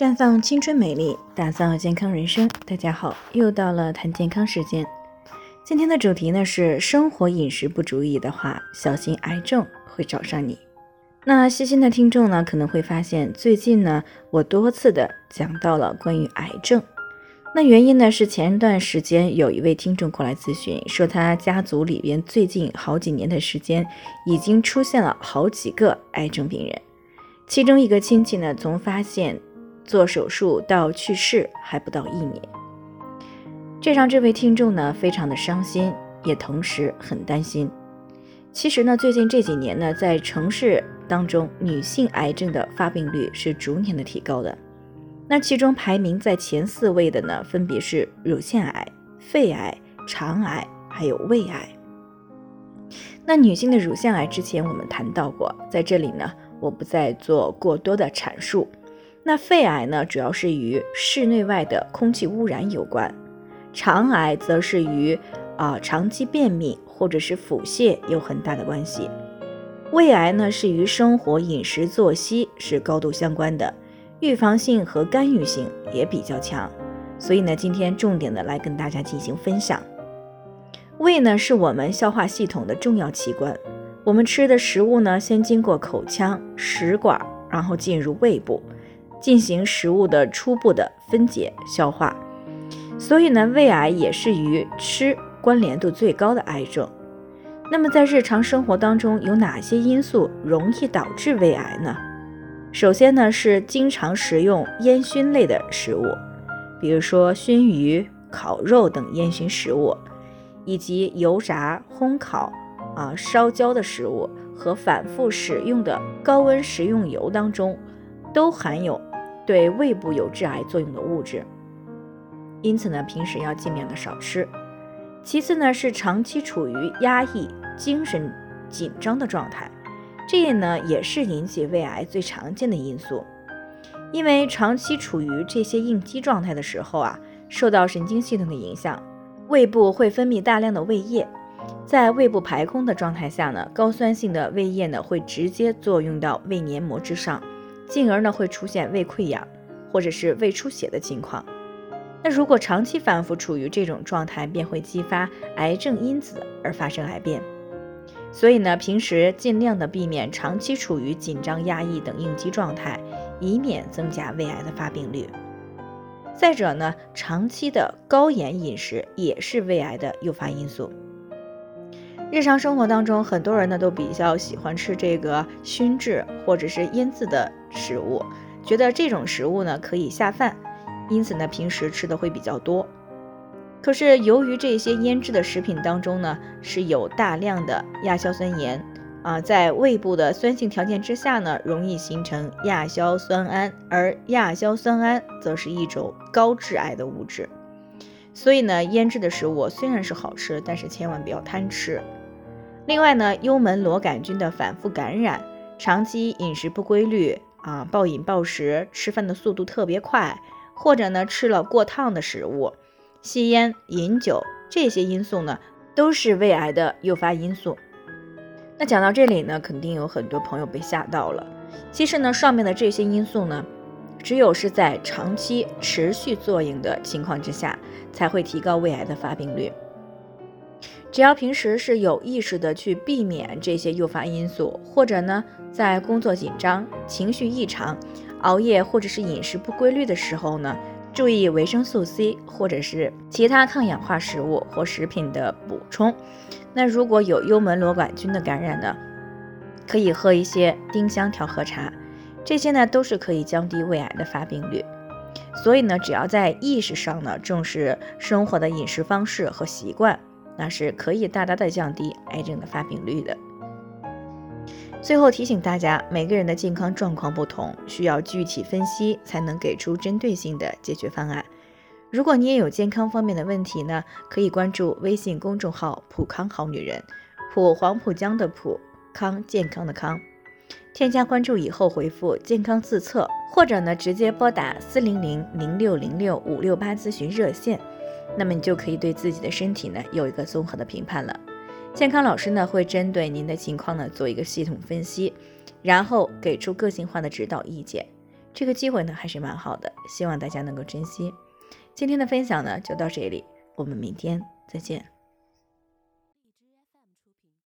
绽放青春美丽，打造健康人生。大家好，又到了谈健康时间。今天的主题呢是生活饮食不注意的话，小心癌症会找上你。那细心的听众呢可能会发现，最近呢我多次的讲到了关于癌症。那原因呢是前段时间有一位听众过来咨询，说他家族里边最近好几年的时间已经出现了好几个癌症病人，其中一个亲戚呢从发现做手术到去世还不到1年，这让这位听众呢非常的伤心，也同时很担心。其实呢，最近这几年呢，在城市当中，女性癌症的发病率是逐年的提高的。那其中排名在前4位的呢，分别是乳腺癌、肺癌、肠癌，还有胃癌。那女性的乳腺癌之前我们谈到过，在这里呢，我不再做过多的阐述。那肺癌呢，主要是与室内外的空气污染有关，肠癌则是与长期便秘或者是腹泻有很大的关系。胃癌呢，是与生活饮食作息是高度相关的，预防性和干预性也比较强。所以呢，今天重点的来跟大家进行分享。胃呢，是我们消化系统的重要器官，我们吃的食物呢，先经过口腔、食管，然后进入胃部，进行食物的初步的分解消化。所以呢，胃癌也是与吃关联度最高的癌症。那么在日常生活当中，有哪些因素容易导致胃癌呢？首先呢，是经常食用烟熏类的食物，比如说熏鱼、烤肉等烟熏食物，以及油炸、烘烤、烧焦的食物和反复使用的高温食用油当中，都含有对胃部有致癌作用的物质。因此呢，平时要尽量的少吃。其次呢，是长期处于压抑、精神紧张的状态，这呢也是引起胃癌最常见的因素。因为长期处于这些应激状态的时候受到神经系统的影响，胃部会分泌大量的胃液，在胃部排空的状态下呢，高酸性的胃液呢会直接作用到胃黏膜之上，进而呢会出现胃溃疡或者是胃出血的情况。那如果长期反复处于这种状态，便会激发癌症因子而发生癌变。所以呢，平时尽量的避免长期处于紧张、压抑等应激状态，以免增加胃癌的发病率。再者呢，长期的高盐饮食也是胃癌的诱发因素。日常生活当中，很多人呢都比较喜欢吃这个熏制或者是腌制的食物，觉得这种食物呢可以下饭，因此呢平时吃的会比较多。可是由于这些腌制的食品当中呢是有大量的亚硝酸盐在胃部的酸性条件之下呢，容易形成亚硝酸胺，而亚硝酸胺则是一种高致癌的物质。所以呢，腌制的食物虽然是好吃，但是千万不要贪吃。另外呢，幽门螺杆菌的反复感染，长期饮食不规律暴饮暴食，吃饭的速度特别快，或者呢吃了过烫的食物、吸烟、饮酒，这些因素呢都是胃癌的诱发因素。那讲到这里呢，肯定有很多朋友被吓到了。其实呢，上面的这些因素呢，只有是在长期持续作用的情况之下，才会提高胃癌的发病率。只要平时是有意识的去避免这些诱发因素，或者呢在工作紧张、情绪异常、熬夜或者是饮食不规律的时候呢，注意维生素 C 或者是其他抗氧化食物或食品的补充。那如果有幽门螺杆菌的感染呢，可以喝一些丁香调和茶，这些呢都是可以降低胃癌的发病率。所以呢，只要在意识上呢重视生活的饮食方式和习惯，那是可以大大的降低癌症的发病率的。最后提醒大家，每个人的健康状况不同，需要具体分析才能给出针对性的解决方案。如果你也有健康方面的问题呢，可以关注微信公众号普康好女人，普黄浦江的普，康健康的康。添加关注以后回复健康自测，或者呢直接拨打400-0606-568咨询热线，那么你就可以对自己的身体呢有一个综合的评判了。健康老师呢会针对您的情况呢做一个系统分析，然后给出个性化的指导意见。 这个机会呢还是蛮好的，希望大家能够珍惜。今天的分享呢就到这里，我们明天再见。